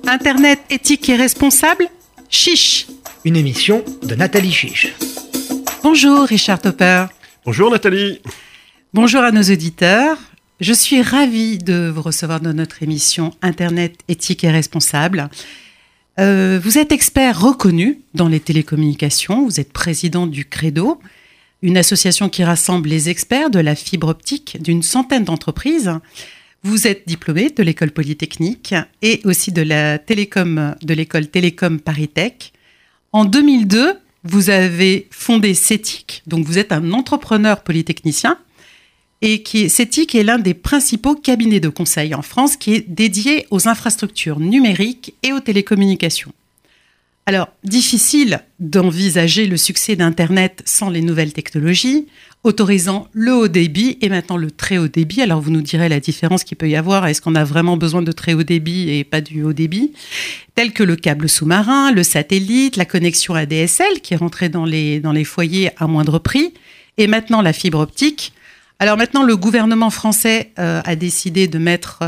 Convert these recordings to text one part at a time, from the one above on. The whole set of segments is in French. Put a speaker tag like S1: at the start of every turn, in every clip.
S1: Internet éthique et responsable, Chiche.
S2: Une émission de Nathalie Chiche.
S1: Bonjour Richard Topper.
S3: Bonjour Nathalie.
S1: Bonjour à nos auditeurs. Je suis ravie de vous recevoir dans notre émission Internet éthique et responsable. Vous êtes expert reconnu dans les télécommunications. Vous êtes président du Credo, une association qui rassemble les experts de la fibre optique d'une centaine d'entreprises. Vous êtes diplômé de l'école polytechnique et aussi de l'école Télécom Paris Tech. En 2002, vous avez fondé CETIC, donc vous êtes un entrepreneur polytechnicien. Et CETIC est l'un des principaux cabinets de conseil en France qui est dédié aux infrastructures numériques et aux télécommunications. Alors, difficile d'envisager le succès d'Internet sans les nouvelles technologies, autorisant le haut débit et maintenant le très haut débit. Alors, vous nous direz la différence qu'il peut y avoir. Est-ce qu'on a vraiment besoin de très haut débit et pas du haut débit ? Tels que le câble sous-marin, le satellite, la connexion ADSL qui est rentrée dans les foyers à moindre prix et maintenant la fibre optique. Alors maintenant, le gouvernement français a décidé de mettre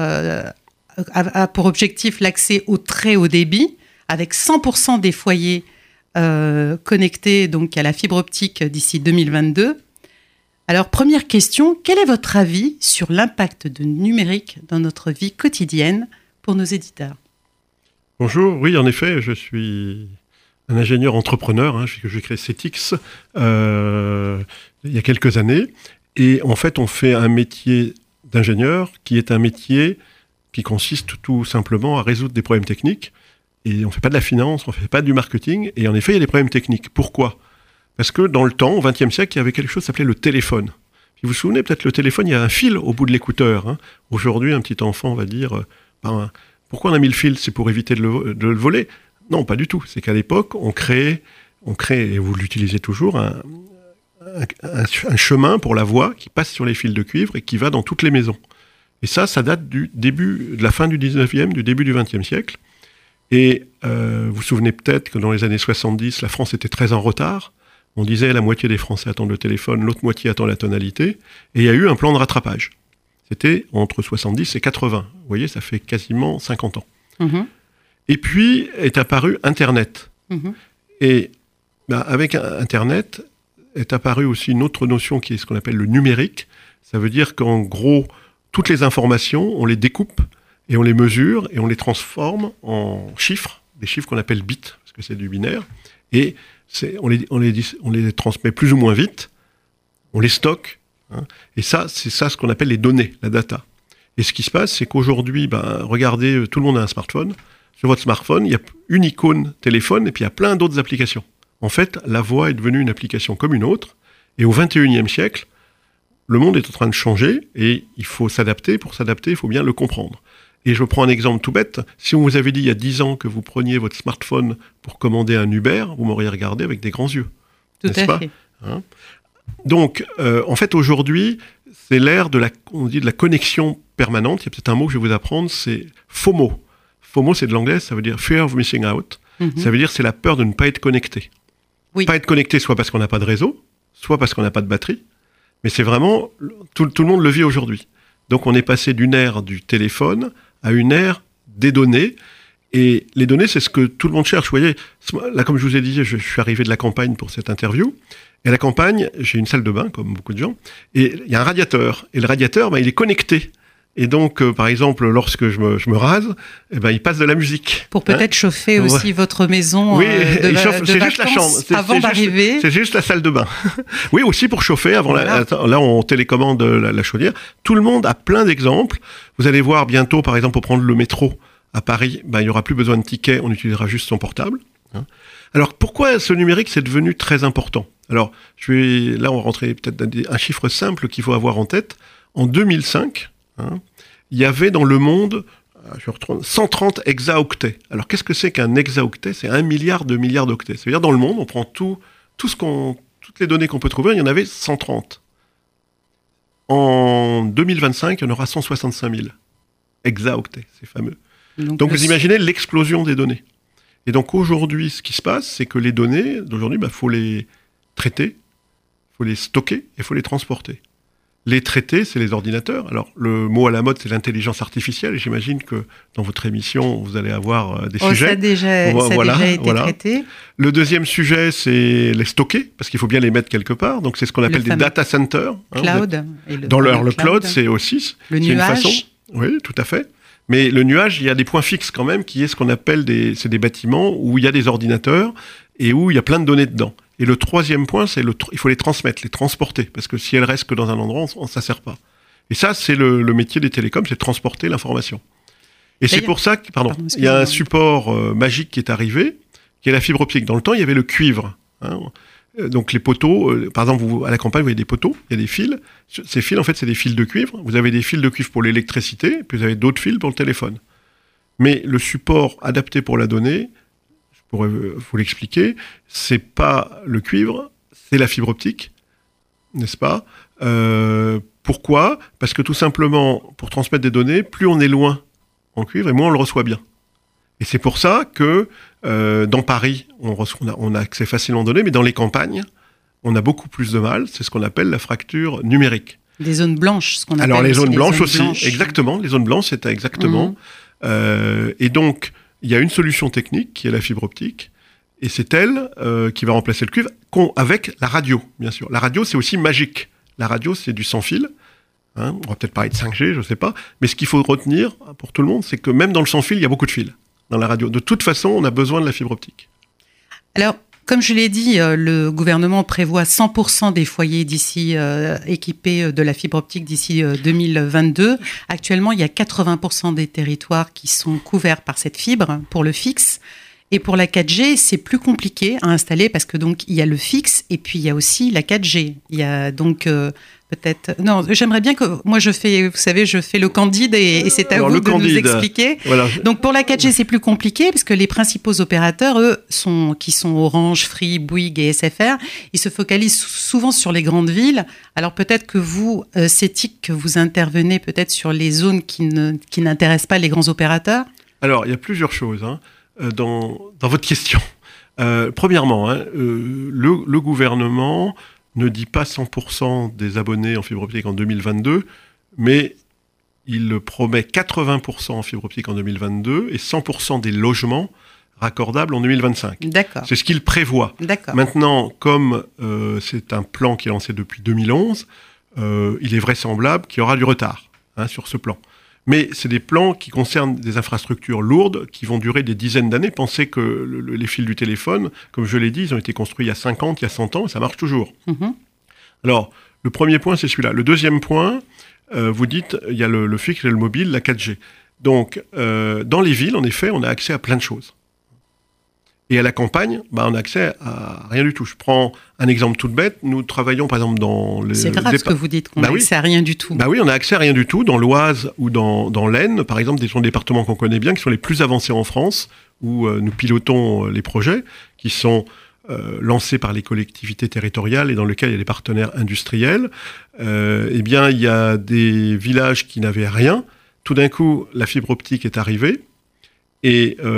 S1: a pour objectif l'accès au très haut débit, avec 100% des foyers connectés donc à la fibre optique d'ici 2022. Alors première question, quel est votre avis sur l'impact du numérique dans notre vie quotidienne pour nos éditeurs ?
S3: Bonjour, oui en effet, je suis un ingénieur entrepreneur, j'ai créé CETIX il y a quelques années. Et en fait, on fait un métier d'ingénieur qui est un métier qui consiste tout simplement à résoudre des problèmes techniques. Et on ne fait pas de la finance, on ne fait pas du marketing. Et en effet, il y a des problèmes techniques. Pourquoi ? Parce que dans le temps, au XXe siècle, il y avait quelque chose qui s'appelait le téléphone. Si vous vous souvenez, peut-être le téléphone, il y a un fil au bout de l'écouteur. Aujourd'hui, un petit enfant va dire pourquoi on a mis le fil ? C'est pour éviter de le voler ? Non, pas du tout. C'est qu'à l'époque, on crée, et vous l'utilisez toujours, un chemin pour la voix qui passe sur les fils de cuivre et qui va dans toutes les maisons. Et ça date de la fin du 19e, du début du 20e siècle. Et vous vous souvenez peut-être que dans les années 70, la France était très en retard. On disait la moitié des Français attendent le téléphone, l'autre moitié attend la tonalité. Et il y a eu un plan de rattrapage. C'était entre 70 et 80. Vous voyez, ça fait quasiment 50 ans. Mmh. Et puis est apparu Internet. Mmh. Et avec Internet est apparue aussi une autre notion qui est ce qu'on appelle le numérique. Ça veut dire qu'en gros, toutes les informations, on les découpe et on les mesure et on les transforme en chiffres, des chiffres qu'on appelle bits, parce que c'est du binaire, et on les transmet plus ou moins vite, on les stocke, et ça, c'est ça ce qu'on appelle les données, la data. Et ce qui se passe, c'est qu'aujourd'hui, regardez, tout le monde a un smartphone. Sur votre smartphone, il y a une icône téléphone et puis il y a plein d'autres applications. En fait, la voix est devenue une application comme une autre, et au XXIe siècle, le monde est en train de changer, et il faut s'adapter. Pour s'adapter, il faut bien le comprendre. Et je prends un exemple tout bête. Si on vous avait dit il y a 10 ans que vous preniez votre smartphone pour commander un Uber, vous m'auriez regardé avec des grands yeux.
S1: Tout à fait.
S3: Donc, en fait, aujourd'hui, c'est l'ère de la connexion permanente. Il y a peut-être un mot que je vais vous apprendre, c'est FOMO. FOMO, c'est de l'anglais, ça veut dire Fear of Missing Out. Mm-hmm. Ça veut dire c'est la peur de ne pas être connecté. Oui. Pas être connecté, soit parce qu'on n'a pas de réseau, soit parce qu'on n'a pas de batterie. Mais c'est vraiment, tout le monde le vit aujourd'hui. Donc on est passé d'une ère du téléphone à une ère des données. Et les données, c'est ce que tout le monde cherche. Vous voyez, là, comme je vous ai dit, je suis arrivé de la campagne pour cette interview. Et à la campagne, j'ai une salle de bain, comme beaucoup de gens. Et il y a un radiateur. Et le radiateur, il est connecté. Et donc, par exemple, lorsque je me rase, il passe de la musique.
S1: Pour peut-être chauffer aussi votre maison
S3: c'est juste la chambre.
S1: Avant d'arriver.
S3: C'est juste la salle de bain. Oui, aussi pour chauffer. Là, on télécommande la chaudière. Tout le monde a plein d'exemples. Vous allez voir bientôt, par exemple, pour prendre le métro à Paris, il n'y aura plus besoin de ticket, on utilisera juste son portable. Alors, pourquoi ce numérique, c'est devenu très important ? Alors, là, on va rentrer peut-être dans un chiffre simple qu'il faut avoir en tête. En 2005... il y avait dans le monde 130 hexaoctets. Alors, qu'est-ce que c'est qu'un hexaoctet ? C'est 1 milliard de milliards d'octets. C'est-à-dire, dans le monde, on prend toutes les données qu'on peut trouver, il y en avait 130. En 2025, il y en aura 165 000 hexaoctets, c'est fameux. Donc vous imaginez l'explosion des données. Et donc, aujourd'hui, ce qui se passe, c'est que les données, d'aujourd'hui, faut les traiter, il faut les stocker et il faut les transporter. Les traités, c'est les ordinateurs. Alors, le mot à la mode, c'est l'intelligence artificielle. Et j'imagine que dans votre émission, vous allez avoir des sujets.
S1: Ça a déjà été traité.
S3: Le deuxième sujet, c'est les stocker, parce qu'il faut bien les mettre quelque part. Donc, c'est ce qu'on appelle des data centers.
S1: Cloud.
S3: Le cloud, c'est aussi
S1: le nuage.
S3: Une façon. Oui, tout à fait. Mais le nuage, il y a des points fixes quand même, qui est ce qu'on appelle c'est des bâtiments où il y a des ordinateurs et où il y a plein de données dedans. Et le troisième point, c'est il faut les transmettre, les transporter, parce que si elles restent que dans un endroit, ça ne sert pas. Et ça, c'est le métier des télécoms, c'est de transporter l'information. Et c'est pour ça il y a un support magique qui est arrivé, qui est la fibre optique. Dans le temps, il y avait le cuivre. Donc les poteaux, par exemple, à la campagne, vous voyez des poteaux, il y a des fils. Ces fils, en fait, c'est des fils de cuivre. Vous avez des fils de cuivre pour l'électricité, puis vous avez d'autres fils pour le téléphone. Mais le support adapté pour la donnée, je pourrais vous l'expliquer, c'est pas le cuivre, c'est la fibre optique, n'est-ce pas ? Pourquoi ? Parce que tout simplement, pour transmettre des données, plus on est loin en cuivre, et moins on le reçoit bien. Et c'est pour ça que dans Paris, on a accès facilement aux données, mais dans les campagnes, on a beaucoup plus de mal. C'est ce qu'on appelle la fracture numérique.
S1: Des zones blanches, ce qu'on appelle.
S3: Alors les zones blanches aussi, exactement. Les zones blanches, c'est exactement. Et donc, il y a une solution technique qui est la fibre optique, et c'est elle qui va remplacer le cuivre avec la radio, bien sûr. La radio, c'est aussi magique. La radio, c'est du sans fil. On va peut-être parler de 5G, je ne sais pas. Mais ce qu'il faut retenir pour tout le monde, c'est que même dans le sans fil, il y a beaucoup de fils. Dans la radio. De toute façon, on a besoin de la fibre optique.
S1: Alors, comme je l'ai dit, le gouvernement prévoit 100% des foyers d'ici équipés de la fibre optique d'ici 2022. Actuellement, il y a 80% des territoires qui sont couverts par cette fibre pour le fixe. Et pour la 4G, c'est plus compliqué à installer parce que donc il y a le fixe et puis il y a aussi la 4G. Il y a donc peut-être... Non, j'aimerais bien que... Moi, je fais le candide et c'est à vous de nous expliquer. Voilà. Donc, pour la 4G, c'est plus compliqué parce que les principaux opérateurs, eux, qui sont Orange, Free, Bouygues et SFR, ils se focalisent souvent sur les grandes villes. Alors, peut-être que vous, CETIC, vous intervenez peut-être sur les zones qui n'intéressent pas les grands opérateurs.
S3: Alors, il y a plusieurs choses dans votre question. Premièrement, le gouvernement ne dit pas 100% des abonnés en fibre optique en 2022, mais il promet 80% en fibre optique en 2022 et 100% des logements raccordables en 2025.
S1: D'accord.
S3: C'est ce qu'il prévoit.
S1: D'accord.
S3: Maintenant, comme c'est un plan qui est lancé depuis 2011, il est vraisemblable qu'il y aura du retard sur ce plan. Mais c'est des plans qui concernent des infrastructures lourdes qui vont durer des dizaines d'années. Pensez que les fils du téléphone, comme je l'ai dit, ils ont été construits il y a 50, il y a 100 ans, et ça marche toujours. Mm-hmm. Alors, le premier point, c'est celui-là. Le deuxième point, vous dites, il y a le fixe et le mobile, la 4G. Donc, dans les villes, en effet, on a accès à plein de choses. Et à la campagne, on a accès à rien du tout. Je prends un exemple tout bête. Nous travaillons, par exemple, dans les...
S1: C'est grave ce que vous dites, qu'on a accès à rien du tout.
S3: Oui, on a accès à rien du tout. Dans l'Oise ou dans l'Aisne, par exemple, des départements qu'on connaît bien, qui sont les plus avancés en France, où nous pilotons les projets, qui sont lancés par les collectivités territoriales et dans lesquels il y a des partenaires industriels. Eh bien, il y a des villages qui n'avaient rien. Tout d'un coup, la fibre optique est arrivée. Et ça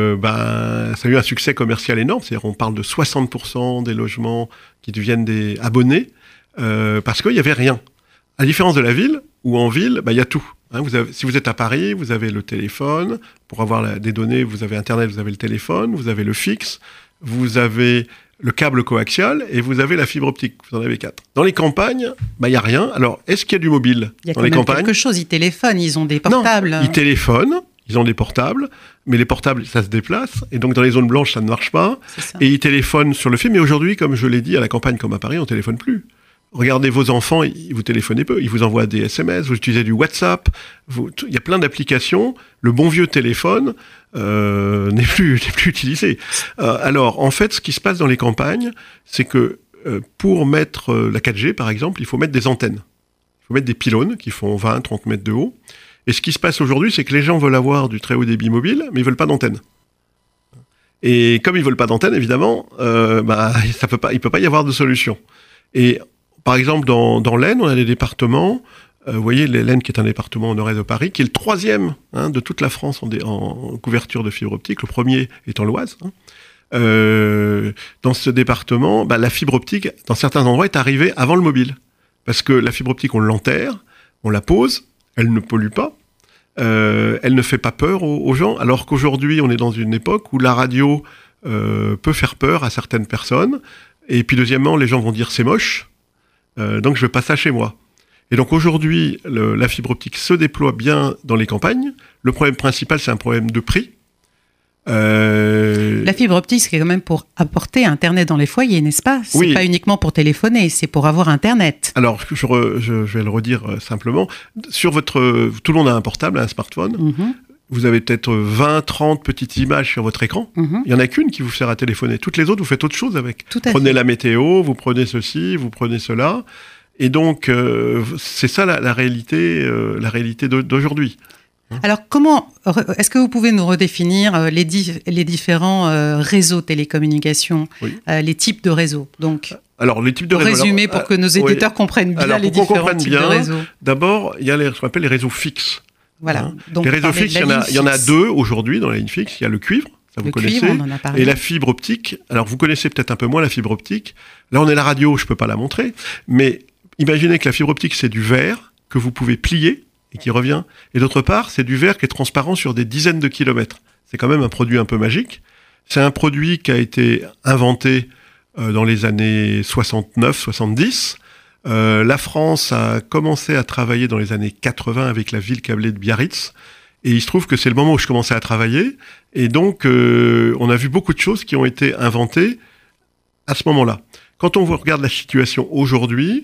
S3: a eu un succès commercial énorme, c'est-à-dire on parle de 60% des logements qui deviennent des abonnés, parce qu'il n'y avait rien. À la différence de la ville, où en ville, il y a tout. Si vous êtes à Paris, vous avez le téléphone, pour avoir des données, vous avez Internet, vous avez le téléphone, vous avez le fixe, vous avez le câble coaxial et vous avez la fibre optique, vous en avez 4. Dans les campagnes, il n'y a rien. Alors, est-ce qu'il y a du mobile dans les campagnes ? Il y a quand même quelque
S1: chose, ils téléphonent, ils ont des portables.
S3: Non, ils téléphonent. Ils ont des portables, mais les portables, ça se déplace. Et donc, dans les zones blanches, ça ne marche pas. Et ils téléphonent sur le fil. Mais aujourd'hui, comme je l'ai dit, à la campagne comme à Paris, on ne téléphone plus. Regardez vos enfants, ils vous téléphonent peu. Ils vous envoient des SMS, vous utilisez du WhatsApp. Il y a plein d'applications. Le bon vieux téléphone n'est plus utilisé. Alors, en fait, ce qui se passe dans les campagnes, c'est que pour mettre la 4G, par exemple, il faut mettre des antennes. Il faut mettre des pylônes qui font 20, 30 mètres de haut. Et ce qui se passe aujourd'hui, c'est que les gens veulent avoir du très haut débit mobile, mais ils veulent pas d'antenne. Et comme ils veulent pas d'antenne, évidemment, il peut pas y avoir de solution. Et par exemple, dans l'Aisne, on a des départements. Vous voyez, l'Aisne qui est un département au nord-est de Paris, qui est le 3e de toute la France en couverture de fibre optique. Le premier étant l'Oise. Dans ce département, la fibre optique, dans certains endroits, est arrivée avant le mobile. Parce que la fibre optique, on l'enterre, on la pose, elle ne pollue pas, elle ne fait pas peur aux gens, alors qu'aujourd'hui, on est dans une époque où la radio peut faire peur à certaines personnes. Et puis deuxièmement, les gens vont dire c'est moche, donc je veux pas ça chez moi. Et donc aujourd'hui, la fibre optique se déploie bien dans les campagnes. Le problème principal, c'est un problème de prix.
S1: La fibre optique, c'est quand même pour apporter Internet dans les foyers, n'est-ce pas? C'est
S3: oui.
S1: Pas uniquement pour téléphoner, c'est pour avoir Internet.
S3: Alors, je vais le redire simplement. Tout le monde a un portable, un smartphone.
S1: Mm-hmm.
S3: Vous avez peut-être 20, 30 petites images sur votre écran.
S1: Mm-hmm.
S3: Il n'y en a qu'une qui vous sert à téléphoner. Toutes les autres, vous faites autre chose avec.
S1: Prenez
S3: la météo, vous prenez ceci, vous prenez cela. Et donc, c'est ça la réalité d'aujourd'hui.
S1: Alors, est-ce que vous pouvez nous redéfinir les différents réseaux télécommunications,
S3: oui.
S1: Les types de réseaux? Donc,
S3: alors, les types de réseaux.
S1: Résumer pour que nos éditeurs comprennent bien les différents types de réseaux.
S3: D'abord, il y a ce qu'on appelle les réseaux fixes.
S1: Voilà. Donc,
S3: les réseaux fixes, il y en a deux aujourd'hui dans la ligne fixe. Il y a le cuivre, ça vous connaissez,
S1: cuivre, on en a parlé.
S3: Et la fibre optique. Alors, vous connaissez peut-être un peu moins la fibre optique. Là, on est à la radio, je peux pas la montrer. Mais imaginez que la fibre optique, c'est du verre que vous pouvez plier et qui revient. Et d'autre part, c'est du verre qui est transparent sur des dizaines de kilomètres. C'est quand même un produit un peu magique. C'est un produit qui a été inventé dans les années 69-70. La France a commencé à travailler dans les années 80 avec la ville câblée de Biarritz. Et il se trouve que c'est le moment où je commençais à travailler. Et donc, on a vu beaucoup de choses qui ont été inventées à ce moment-là. Quand on regarde la situation aujourd'hui,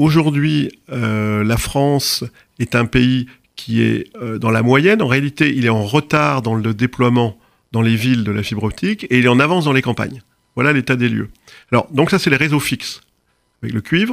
S3: la France est un pays qui est dans la moyenne. En réalité, il est en retard dans le déploiement dans les villes de la fibre optique et il est en avance dans les campagnes. Voilà l'état des lieux. Alors, donc ça, c'est les réseaux fixes, avec le cuivre,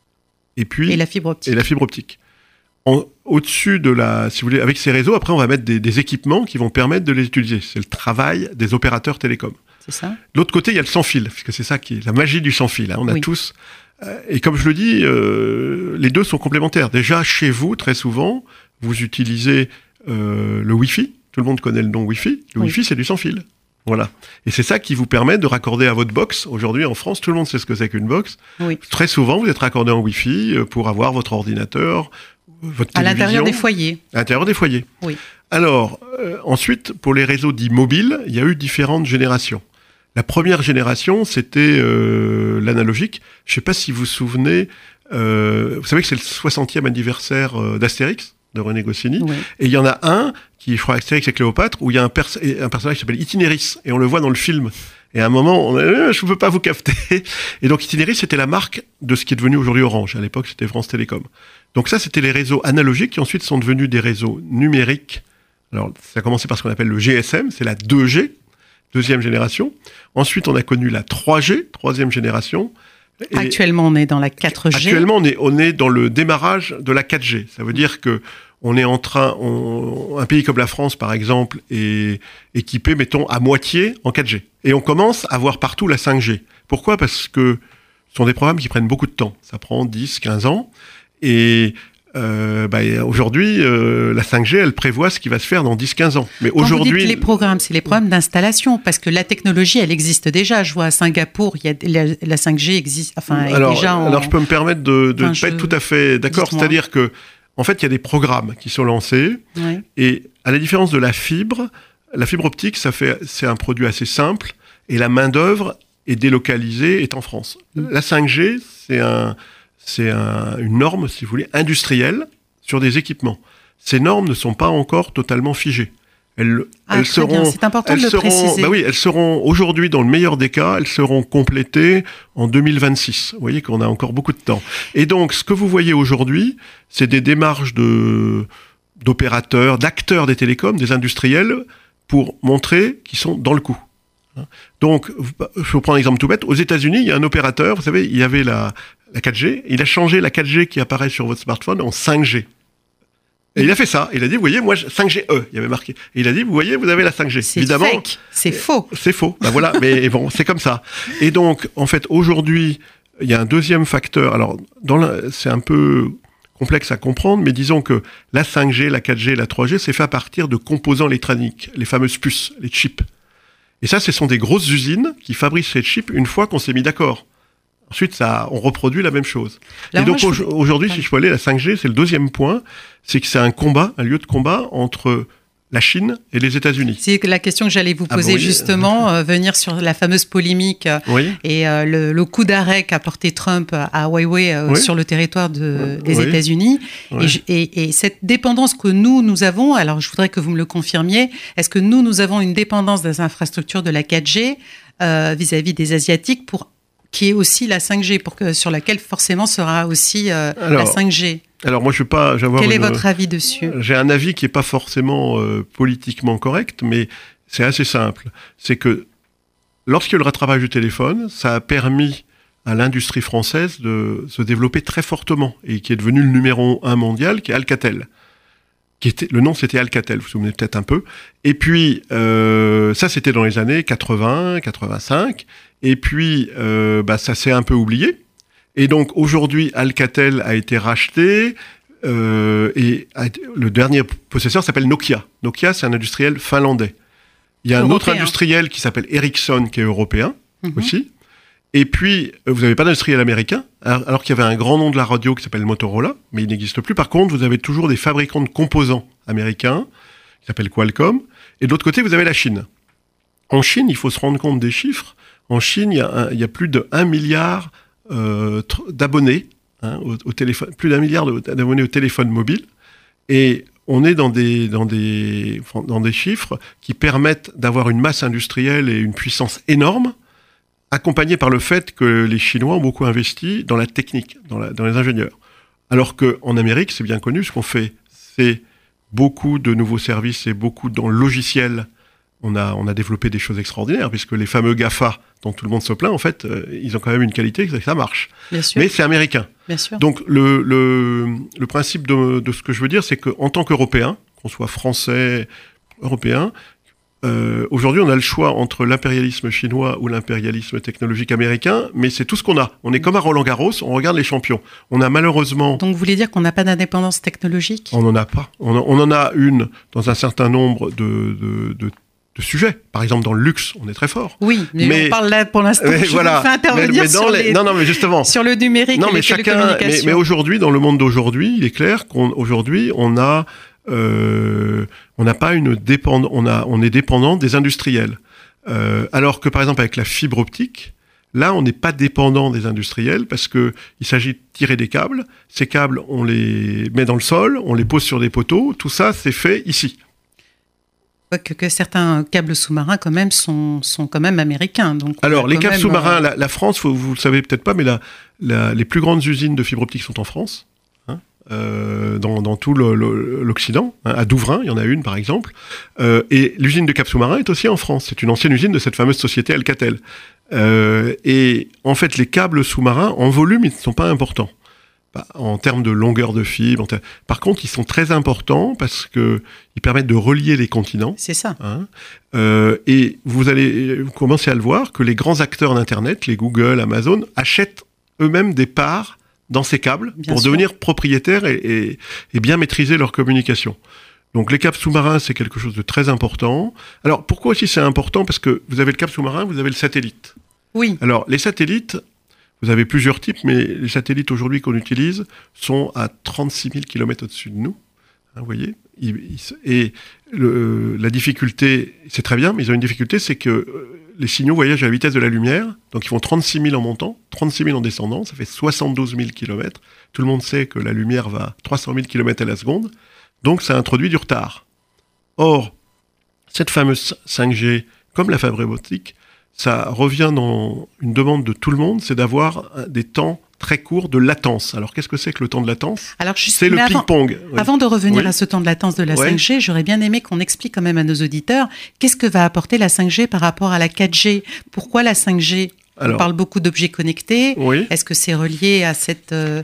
S3: et
S1: la fibre
S3: optique. Au-dessus si vous voulez, avec ces réseaux, après, on va mettre des équipements qui vont permettre de les utiliser. C'est le travail des opérateurs télécoms.
S1: C'est ça.
S3: De l'autre côté, il y a le sans-fil, parce que c'est ça qui est la magie du sans-fil. Hein. On a tous... et comme je le dis, les deux sont complémentaires. Déjà, chez vous, très souvent, vous utilisez le Wi-Fi. Tout le monde connaît le nom Wi-Fi. Le Wi-Fi, c'est du sans-fil. Voilà. Et c'est ça qui vous permet de raccorder à votre box. Aujourd'hui, en France, tout le monde sait ce que c'est qu'une box. Oui. Très souvent, vous êtes raccordé en Wi-Fi pour avoir votre ordinateur, votre télévision.
S1: À l'intérieur des foyers.
S3: À l'intérieur des foyers.
S1: Oui.
S3: Alors, ensuite, pour les réseaux dits mobiles, il y a eu différentes générations. La première génération, c'était l'analogique. Je ne sais pas si vous vous souvenez, vous savez que c'est le 60e anniversaire d'Astérix, de René Goscinny. Oui. Et il y en a un, je crois Astérix et Cléopâtre, où il y a un personnage qui s'appelle Itinéris, et on le voit dans le film. Et à un moment, je ne peux pas vous capter. Et donc Itinéris, c'était la marque de ce qui est devenu aujourd'hui Orange. À l'époque, c'était France Télécom. Donc ça, c'était les réseaux analogiques qui ensuite sont devenus des réseaux numériques. Alors, ça a commencé par ce qu'on appelle le GSM, c'est la 2G, deuxième génération. Ensuite, on a connu la 3G, troisième génération.
S1: Et actuellement, on est dans la 4G.
S3: Actuellement, on est dans le démarrage de la 4G. Ça veut dire que on est en train, un pays comme la France, par exemple, est équipé, mettons, à moitié en 4G. Et on commence à voir partout la 5G. Pourquoi ? Parce que ce sont des programmes qui prennent beaucoup de temps. Ça prend 10, 15 ans. Et aujourd'hui, la 5G, elle prévoit ce qui va se faire dans 10-15 ans. Mais aujourd'hui,
S1: vous dites les programmes, c'est les programmes d'installation, parce que la technologie, elle existe déjà. Je vois à Singapour, la 5G existe. Enfin,
S3: alors, je peux me permettre de ne pas être tout à fait d'accord. Dites-moi. C'est-à-dire que, en fait, il y a des programmes qui sont lancés, et à la différence de la fibre optique, c'est un produit assez simple, et la main-d'œuvre est délocalisée, est en France. La 5G, c'est une norme, si vous voulez, industrielle sur des équipements. Ces normes ne sont pas encore totalement figées. Elles seront,
S1: c'est important de le préciser.
S3: Oui, elles seront aujourd'hui, dans le meilleur des cas, elles seront complétées en 2026. Vous voyez qu'on a encore beaucoup de temps. Et donc, ce que vous voyez aujourd'hui, c'est des démarches d'opérateurs, d'acteurs des télécoms, des industriels, pour montrer qu'ils sont dans le coup. Donc, je vous prends un exemple tout bête. Aux États-Unis, il y a un opérateur, vous savez, il y avait la 4G, il a changé la 4G qui apparaît sur votre smartphone en 5G. Et il a fait ça. Il a dit, vous voyez, moi, 5GE, il y avait marqué. Et il a dit, vous voyez, vous avez la 5G.
S1: C'est évidemment, fake, c'est faux.
S3: C'est faux. Ben voilà, mais bon, c'est comme ça. Et donc, en fait, aujourd'hui, il y a un deuxième facteur. Alors, c'est un peu complexe à comprendre, mais disons que la 5G, la 4G, la 3G, c'est fait à partir de composants électroniques, les fameuses puces, les chips. Et ça, ce sont des grosses usines qui fabriquent ces chips une fois qu'on s'est mis d'accord. Ensuite, on reproduit la même chose.
S1: Là,
S3: et donc aujourd'hui, si je peux aller, la 5G, c'est le deuxième point, c'est que c'est un lieu de combat entre la Chine et les États-Unis.
S1: C'est la question que j'allais vous poser justement, venir sur la fameuse polémique et le coup d'arrêt qu'a porté Trump à Huawei sur le territoire des États-Unis. Et cette dépendance que nous avons, alors je voudrais que vous me le confirmiez, est-ce que nous avons une dépendance des infrastructures de la 4G vis-à-vis des Asiatiques qui est aussi la 5G, sur laquelle forcément sera aussi la 5G?
S3: Alors moi, je ne vais pas avoir.
S1: Quel est votre avis dessus?
S3: J'ai un avis qui n'est pas forcément politiquement correct, mais c'est assez simple. C'est que lorsqu'il y a eu le rattrapage du téléphone, ça a permis à l'industrie française de se développer très fortement et qui est devenu le numéro 1 mondial, qui est Alcatel. Le nom, c'était Alcatel, vous vous souvenez peut-être un peu. Et puis, ça, c'était dans les années 80, 85. Et puis, ça s'est un peu oublié. Et donc, aujourd'hui, Alcatel a été racheté. Et le dernier possesseur s'appelle Nokia. Nokia, c'est un industriel finlandais. Il y a un autre industriel qui s'appelle Ericsson, qui est européen aussi. Et puis, vous n'avez pas d'industriel américain, alors qu'il y avait un grand nom de la radio qui s'appelle Motorola, mais il n'existe plus. Par contre, vous avez toujours des fabricants de composants américains, qui s'appellent Qualcomm. Et de l'autre côté, vous avez la Chine. En Chine, il faut se rendre compte des chiffres. En Chine, il y a plus de 1 milliard d'abonnés au téléphone, plus d'1 milliard d'abonnés au téléphone mobile. Et on est dans des chiffres qui permettent d'avoir une masse industrielle et une puissance énorme, accompagné par le fait que les Chinois ont beaucoup investi dans la technique, dans les ingénieurs. Alors qu'en Amérique, c'est bien connu, ce qu'on fait, c'est beaucoup de nouveaux services et beaucoup dans le logiciel. On a développé des choses extraordinaires, puisque les fameux GAFA, dont tout le monde se plaint, en fait, ils ont quand même une qualité, ça marche.
S1: Bien sûr.
S3: Mais c'est américain.
S1: Bien sûr.
S3: Donc le principe de ce que je veux dire, c'est qu'en tant qu'Européens, qu'on soit français, européen, aujourd'hui, on a le choix entre l'impérialisme chinois ou l'impérialisme technologique américain, mais c'est tout ce qu'on a. On est comme à Roland-Garros, on regarde les champions. On a malheureusement...
S1: Donc vous voulez dire qu'on n'a pas d'indépendance technologique?
S3: On n'en a pas. On en a une dans un certain nombre de sujets. Par exemple, dans le luxe, on est très fort.
S1: Oui, mais on parle là pour l'instant. Je vous fais intervenir
S3: mais justement,
S1: sur le numérique et les télécommunications.
S3: Mais aujourd'hui, dans le monde d'aujourd'hui, il est clair qu'aujourd'hui, on n'a pas une dépendance, on est dépendant des industriels. Alors que par exemple avec la fibre optique, là on n'est pas dépendant des industriels parce que il s'agit de tirer des câbles. Ces câbles, on les met dans le sol, on les pose sur des poteaux. Tout ça, c'est fait ici.
S1: Que certains câbles sous-marins quand même sont quand même américains. Donc
S3: alors les câbles sous-marins, la France, vous le savez peut-être pas, mais les plus grandes usines de fibre optique sont en France. Dans tout l'Occident, à Douvrin, il y en a une par exemple, et l'usine de câbles sous-marins est aussi en France. C'est une ancienne usine de cette fameuse société Alcatel. Et en fait, les câbles sous-marins, en volume, ils ne sont pas importants. En termes de longueur de fibre. Par contre, ils sont très importants parce qu'ils permettent de relier les continents.
S1: C'est ça.
S3: Et vous allez commencer à le voir que les grands acteurs d'Internet, les Google, Amazon, achètent eux-mêmes des parts dans ces câbles pour devenir propriétaires et bien maîtriser leur communication. Donc les câbles sous-marins, c'est quelque chose de très important. Alors pourquoi aussi c'est important? Parce que vous avez le câble sous-marin, vous avez le satellite. Oui. Alors les satellites, vous avez plusieurs types, mais les satellites aujourd'hui qu'on utilise sont à 36 000 km au-dessus de nous. Vous voyez? Et la difficulté, c'est très bien, mais ils ont une difficulté, c'est que les signaux voyagent à la vitesse de la lumière, donc ils font 36 000 en montant, 36 000 en descendant, ça fait 72 000 km. Tout le monde sait que la lumière va 300 000 km à la seconde, donc ça introduit du retard. Or, cette fameuse 5G, comme la fibre optique, ça revient dans une demande de tout le monde, c'est d'avoir des temps très court de latence. Alors, qu'est-ce que c'est que le temps de latence? C'est le ping-pong.
S1: Avant de revenir à ce temps de latence de la 5G, j'aurais bien aimé qu'on explique quand même à nos auditeurs qu'est-ce que va apporter la 5G par rapport à la 4G. Pourquoi la 5G? On parle beaucoup d'objets connectés. Oui. Est-ce que c'est relié à cette la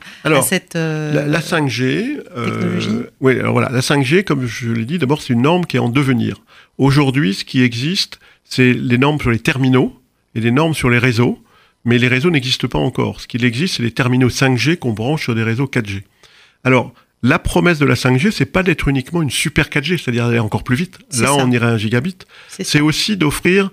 S3: 5G
S1: technologie?
S3: Oui, alors voilà, la 5G, comme je l'ai dit, d'abord c'est une norme qui est en devenir. Aujourd'hui, ce qui existe, c'est les normes sur les terminaux et les normes sur les réseaux. Mais les réseaux n'existent pas encore. Ce qu'il existe, c'est les terminaux 5G qu'on branche sur des réseaux 4G. Alors, la promesse de la 5G, c'est pas d'être uniquement une super 4G, c'est-à-dire d'aller encore plus vite. Là, on irait à 1 gigabit. C'est aussi d'offrir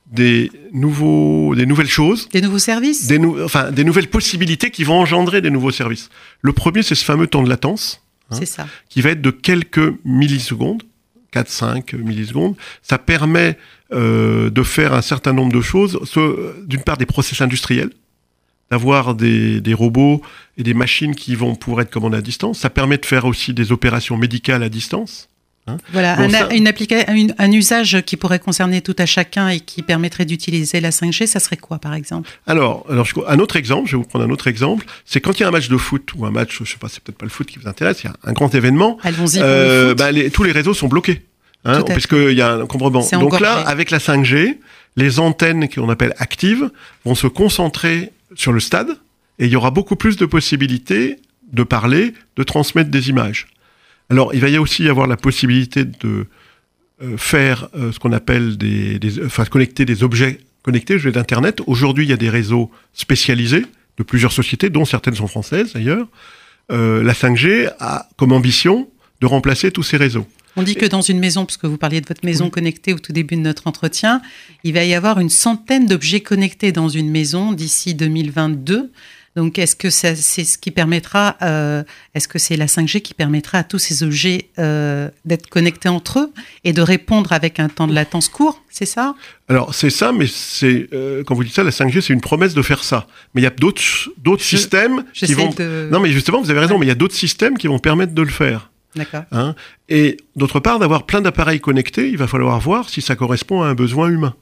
S3: des nouvelles choses.
S1: Des nouveaux services ?
S3: Des nouvelles possibilités qui vont engendrer des nouveaux services. Le premier, c'est ce fameux temps de latence.
S1: C'est ça.
S3: Qui va être de quelques millisecondes, 4-5 millisecondes. Ça permet de faire un certain nombre de choses. D'une part, des process industriels, d'avoir des robots et des machines qui vont pouvoir être commandées à distance. Ça permet de faire aussi des opérations médicales à distance.
S1: Voilà, un usage qui pourrait concerner tout à chacun et qui permettrait d'utiliser la 5G, ça serait quoi, par exemple ?
S3: Alors, un autre exemple, je vais vous prendre un autre exemple, c'est quand il y a un match de foot, ou un match, je sais pas, c'est peut-être pas le foot qui vous intéresse, il y a un grand événement,
S1: allons-y pour le foot.
S3: Tous les réseaux sont bloqués, puisqu'il y a un encombrement. Donc là, avec la 5G, les antennes qu'on appelle actives vont se concentrer sur le stade, et il y aura beaucoup plus de possibilités de parler, de transmettre des images. Alors, il va y aussi avoir la possibilité de faire ce qu'on appelle connecter des objets connectés, je vais d'Internet. Aujourd'hui, il y a des réseaux spécialisés de plusieurs sociétés, dont certaines sont françaises d'ailleurs. La 5G a comme ambition de remplacer tous ces réseaux.
S1: On dit que dans une maison, puisque vous parliez de votre maison connectée au tout début de notre entretien, il va y avoir une centaine d'objets connectés dans une maison d'ici 2022. Donc, est-ce que c'est ce qui permettra, est-ce que c'est la 5G qui permettra à tous ces objets d'être connectés entre eux et de répondre avec un temps de latence court, c'est ça ?
S3: Alors, c'est ça, mais quand vous dites ça, la 5G, c'est une promesse de faire ça. Mais il y a d'autres systèmes qui vont... Non, mais justement, vous avez raison, mais il y a d'autres systèmes qui vont permettre de le faire.
S1: D'accord.
S3: Et d'autre part, d'avoir plein d'appareils connectés, il va falloir voir si ça correspond à un besoin humain.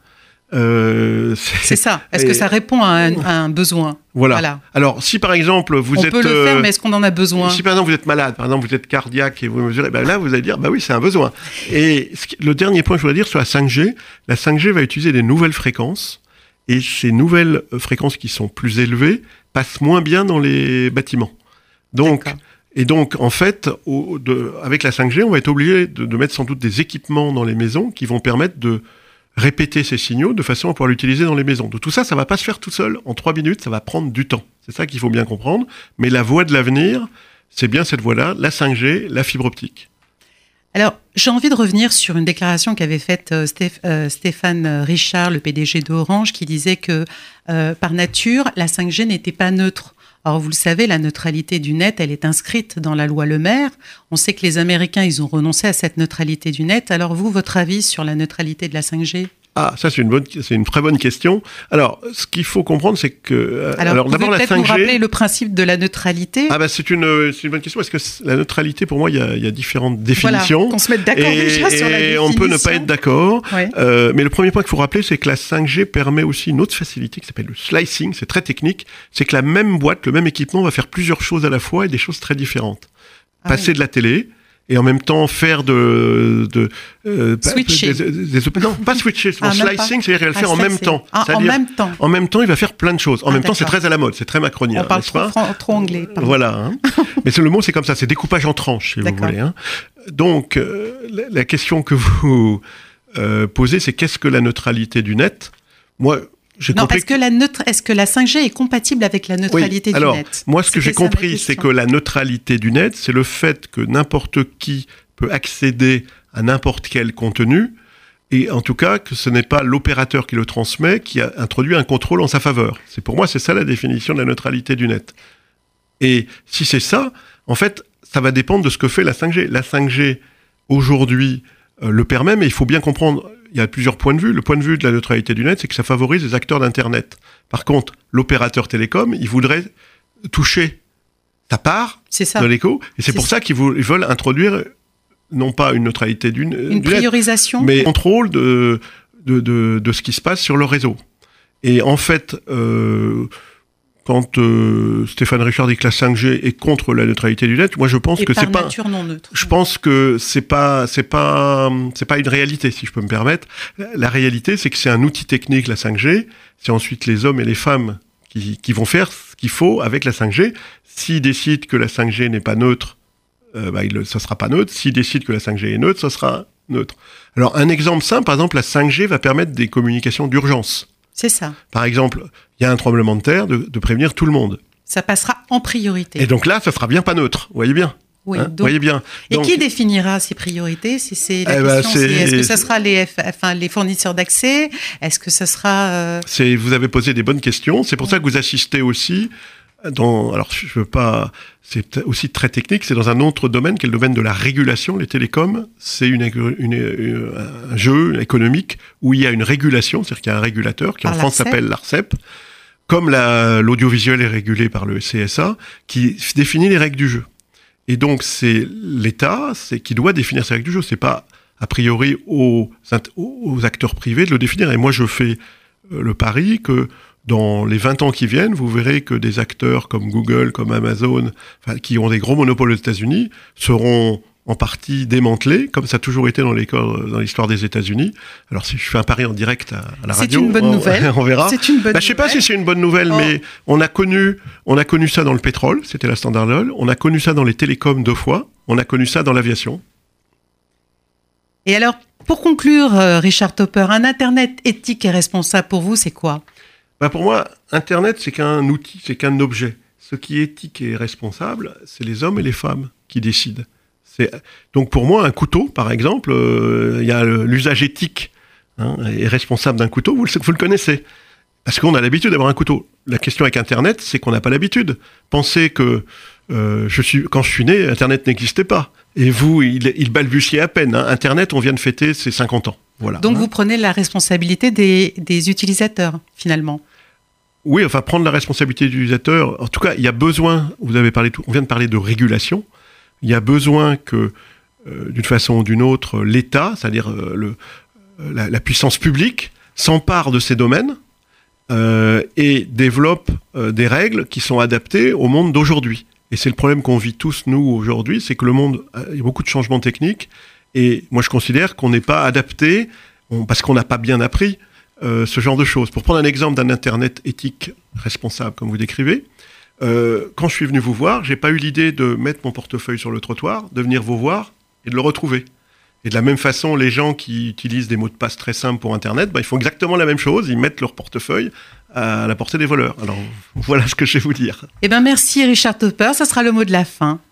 S1: C'est ça. Est-ce que ça répond à un besoin ?
S3: Voilà. Alors, si par exemple
S1: on peut le faire, mais est-ce qu'on en a besoin ?
S3: Si par exemple vous êtes malade, par exemple vous êtes cardiaque et vous mesurez, là vous allez dire, oui, c'est un besoin. Et le dernier point que je voudrais dire sur la 5G va utiliser des nouvelles fréquences, et ces nouvelles fréquences qui sont plus élevées passent moins bien dans les bâtiments. Donc, en fait, avec la 5G, on va être obligé de mettre sans doute des équipements dans les maisons qui vont permettre de répéter ces signaux de façon à pouvoir l'utiliser dans les maisons. De tout ça, ça va pas se faire tout seul. En 3 minutes, ça va prendre du temps. C'est ça qu'il faut bien comprendre. Mais la voie de l'avenir, c'est bien cette voie-là, la 5G, la fibre optique.
S1: Alors, j'ai envie de revenir sur une déclaration qu'avait faite Stéphane Richard, le PDG d'Orange, qui disait que par nature, la 5G n'était pas neutre. Alors, vous le savez, la neutralité du net, elle est inscrite dans la loi Le Maire. On sait que les Américains, ils ont renoncé à cette neutralité du net. Alors, vous, votre avis sur la neutralité de la 5G ?
S3: Ah, ça, c'est une très bonne question. Alors, ce qu'il faut comprendre, c'est que...
S1: Alors d'abord, la 5G... nous rappeler le principe de la neutralité ?
S3: Ah, c'est une bonne question, parce que la neutralité, pour moi, il y a différentes définitions.
S1: Voilà, qu'on se mette d'accord déjà sur la définition.
S3: Et on peut ne pas être d'accord. Ouais. Mais le premier point qu'il faut rappeler, c'est que la 5G permet aussi une autre facilité qui s'appelle le slicing. C'est très technique. C'est que la même boîte, le même équipement va faire plusieurs choses à la fois et des choses très différentes. Passer de la télé... et en même temps faire
S1: switcher.
S3: Non, pas switcher. Slicing, c'est-à-dire qu'il va le faire en même temps.
S1: En même temps.
S3: En même temps, il va faire plein de choses. En même temps, c'est très à la mode, c'est très macronien.
S1: On parle trop anglais. Pardon.
S3: Voilà. Mais le mot, c'est comme ça, c'est découpage en tranches, si vous voulez. Donc, la question que vous posez, c'est qu'est-ce que la neutralité du net ? Moi,
S1: est-ce que la 5G est compatible avec la neutralité du net ?
S3: Moi, ce que j'ai compris, c'est que la neutralité du net, c'est le fait que n'importe qui peut accéder à n'importe quel contenu, et en tout cas, que ce n'est pas l'opérateur qui le transmet qui a introduit un contrôle en sa faveur. Pour moi, c'est ça la définition de la neutralité du net. Et si c'est ça, en fait, ça va dépendre de ce que fait la 5G. La 5G, aujourd'hui, le permet, mais il faut bien comprendre... Il y a plusieurs points de vue. Le point de vue de la neutralité du net, c'est que ça favorise les acteurs d'Internet. Par contre, l'opérateur télécom, il voudrait toucher sa part de l'écho. Et c'est pour ça qu'ils veulent introduire, non pas une neutralité du net,
S1: une priorisation,
S3: mais un contrôle de ce qui se passe sur le réseau. Et en fait, quand Stéphane Richard dit que la 5G est contre la neutralité du net, moi je pense que c'est pas
S1: nature non neutre.
S3: Je pense que c'est pas une réalité, si je peux me permettre. La réalité, c'est que c'est un outil technique, la 5G. C'est ensuite les hommes et les femmes qui vont faire ce qu'il faut avec la 5G. S'ils décident que la 5G n'est pas neutre, ça sera pas neutre. S'ils décident que la 5G est neutre, ça sera neutre. Alors un exemple simple, par exemple, la 5G va permettre des communications d'urgence.
S1: C'est ça.
S3: Par exemple, il y a un tremblement de terre, de prévenir tout le monde.
S1: Ça passera en priorité.
S3: Et donc là, ça sera bien pas neutre, vous voyez bien.
S1: Oui,
S3: Vous voyez bien.
S1: Et qui définira ces priorités? C'est la question. Est-ce que ce sera les fournisseurs d'accès? Est-ce que ce sera...
S3: Vous avez posé des bonnes questions. C'est pour ça que vous assistez aussi alors je veux pas, c'est aussi très technique, c'est dans un autre domaine qui est le domaine de la régulation. Les télécoms, c'est un jeu économique où il y a une régulation, c'est-à-dire qu'il y a un régulateur qui en France s'appelle l'ARCEP, comme l'audiovisuel est régulé par le CSA, qui définit les règles du jeu. Et donc c'est l'État qui doit définir ces règles du jeu. C'est pas a priori aux acteurs privés de le définir. Et moi je fais le pari que dans les 20 ans qui viennent, vous verrez que des acteurs comme Google, comme Amazon, qui ont des gros monopoles aux États-Unis, seront en partie démantelés, comme ça a toujours été dans l'histoire des États-Unis. Alors si je fais un pari en direct à la radio,
S1: c'est une bonne nouvelle.
S3: On verra.
S1: C'est une bonne
S3: je sais pas si c'est une bonne nouvelle, mais on a connu ça dans le pétrole, c'était la Standard Oil. On a connu ça dans les télécoms 2 fois. On a connu ça dans l'aviation.
S1: Et alors, pour conclure, Richard Topper, un Internet éthique et responsable pour vous, c'est quoi ?
S3: Pour moi, Internet, c'est qu'un outil, c'est qu'un objet. Ce qui est éthique et responsable, c'est les hommes et les femmes qui décident. Donc pour moi, un couteau, par exemple, il y a l'usage éthique et responsable d'un couteau, vous le connaissez. Parce qu'on a l'habitude d'avoir un couteau. La question avec Internet, c'est qu'on n'a pas l'habitude. Pensez que quand je suis né, Internet n'existait pas. Et vous, il balbutiait à peine. Internet, on vient de fêter ses 50 ans. Voilà.
S1: Donc vous prenez la responsabilité des utilisateurs, finalement.
S3: Oui, prendre la responsabilité de l'utilisateur. En tout cas, il y a besoin, on vient de parler de régulation, il y a besoin que, d'une façon ou d'une autre, l'État, c'est-à-dire la puissance publique, s'empare de ces domaines et développe des règles qui sont adaptées au monde d'aujourd'hui. Et c'est le problème qu'on vit tous, nous, aujourd'hui, c'est que le monde, il y a beaucoup de changements techniques, et moi je considère qu'on n'est pas adapté, parce qu'on n'a pas bien appris ce genre de choses. Pour prendre un exemple d'un Internet éthique responsable, comme vous décrivez, quand je suis venu vous voir, j'ai pas eu l'idée de mettre mon portefeuille sur le trottoir, de venir vous voir et de le retrouver. Et de la même façon, les gens qui utilisent des mots de passe très simples pour Internet, ils font exactement la même chose, ils mettent leur portefeuille à la portée des voleurs. Alors voilà ce que je vais vous dire.
S1: Merci Richard Topper, ça sera le mot de la fin.